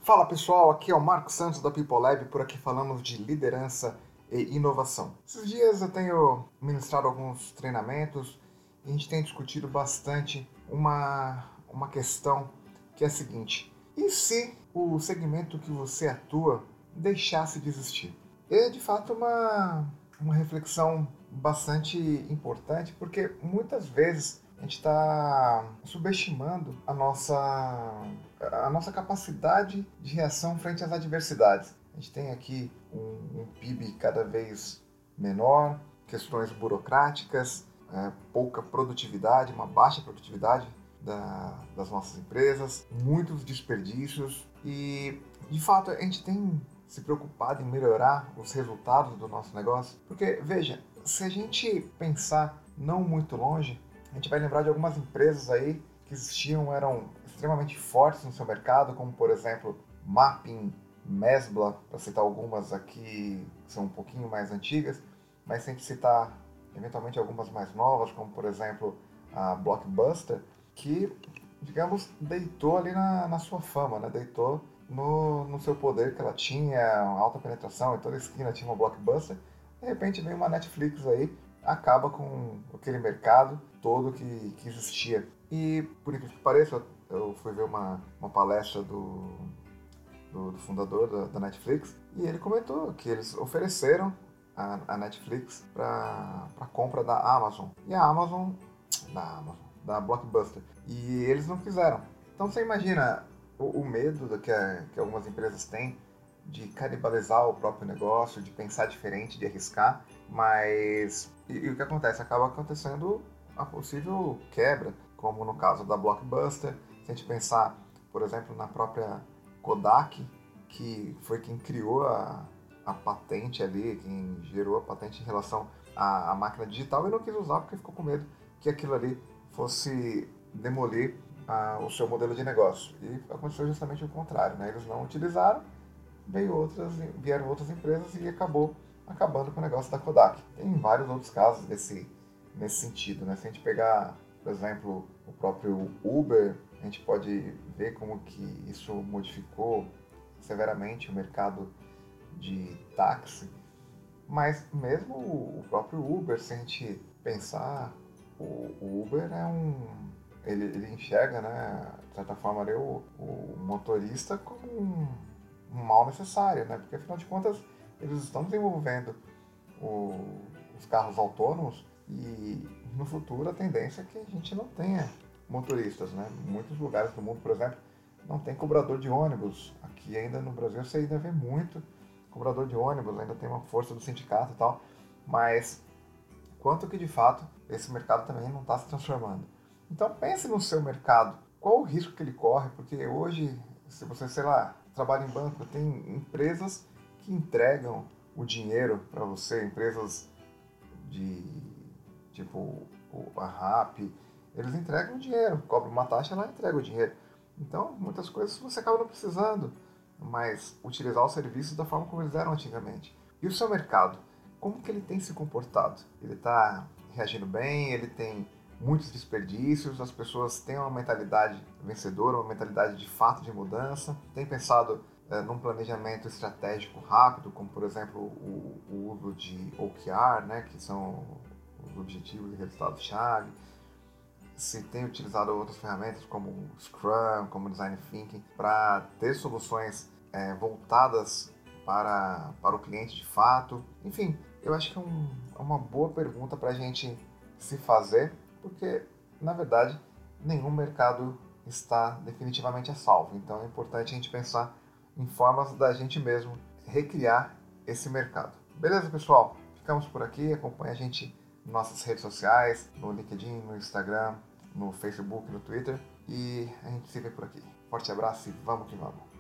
Fala pessoal, aqui é o Marcos Santos da People Lab, por aqui falamos de liderança e inovação. Esses dias eu tenho ministrado alguns treinamentos e a gente tem discutido bastante uma questão que é a seguinte: e se o segmento que você atua deixasse de existir? É de fato uma reflexão bastante importante, porque muitas vezes a gente está subestimando a nossa capacidade de reação frente às adversidades. A gente tem aqui um PIB cada vez menor, questões burocráticas, pouca produtividade, uma baixa produtividade das nossas empresas, muitos desperdícios e, de fato, a gente tem se preocupado em melhorar os resultados do nosso negócio. Porque, veja, se a gente pensar não muito longe, a gente vai lembrar de algumas empresas aí que existiam, eram extremamente fortes no seu mercado, como, por exemplo, Mapping, Mesbla, para citar algumas aqui que são um pouquinho mais antigas, mas sem citar, eventualmente, algumas mais novas, como, por exemplo, a Blockbuster, que, digamos, deitou ali na sua fama, né? Deitou no seu poder que ela tinha, uma alta penetração, em toda esquina tinha uma Blockbuster. De repente vem uma Netflix aí, acaba com aquele mercado todo que existia. E, por incrível que pareça, eu fui ver uma palestra do fundador da Netflix, e ele comentou que eles ofereceram a Netflix para compra da Amazon. E a Amazon, da Blockbuster. E eles não quiseram. Então você imagina o medo que algumas empresas têm de canibalizar o próprio negócio, de pensar diferente, de arriscar, mas e o que acontece? Acaba acontecendo a possível quebra, como no caso da Blockbuster. Se a gente pensar, por exemplo, na própria Kodak, que foi quem criou a patente ali, quem gerou a patente em relação à máquina digital, e não quis usar porque ficou com medo que aquilo ali fosse demolir o seu modelo de negócio. E aconteceu justamente o contrário, né? Eles não utilizaram, vieram outras empresas e acabando com o negócio da Kodak. Tem vários outros casos nesse sentido, né? Se a gente pegar, por exemplo, o próprio Uber, a gente pode ver como que isso modificou severamente o mercado de táxi. Mas mesmo o próprio Uber, se a gente pensar, o Uber ele enxerga, né, de certa forma, ali, o motorista como um mal necessário, né? Porque afinal de contas eles estão desenvolvendo os carros autônomos e no futuro a tendência é que a gente não tenha motoristas, né? Em muitos lugares do mundo, por exemplo, não tem cobrador de ônibus. Aqui ainda no Brasil você ainda vê muito cobrador de ônibus, ainda tem uma força do sindicato e tal, mas quanto que de fato esse mercado também não está se transformando. Então pense no seu mercado, qual o risco que ele corre, porque hoje, se você, sei lá, trabalha em banco, tem empresas que entregam o dinheiro para você, empresas de tipo a RAP, eles entregam o dinheiro, cobram uma taxa e lá entrega o dinheiro. Então, muitas coisas você acaba não precisando, mas utilizar os serviços da forma como eles eram antigamente. E o seu mercado, como que ele tem se comportado? Ele está reagindo bem? Ele tem muitos desperdícios? As pessoas têm uma mentalidade vencedora, uma mentalidade de fato de mudança? Tem pensado num planejamento estratégico rápido, como por exemplo o uso de OKR, né, que são os objetivos e resultados-chave? Se tem utilizado outras ferramentas como Scrum, como Design Thinking, para ter soluções voltadas para o cliente de fato. Enfim, eu acho que é uma boa pergunta para a gente se fazer, porque, na verdade, nenhum mercado está definitivamente a salvo. Então é importante a gente pensar em formas da gente mesmo recriar esse mercado. Beleza, pessoal? Ficamos por aqui. Acompanhe a gente nas nossas redes sociais, no LinkedIn, no Instagram, no Facebook, no Twitter. E a gente se vê por aqui. Forte abraço e vamos que vamos!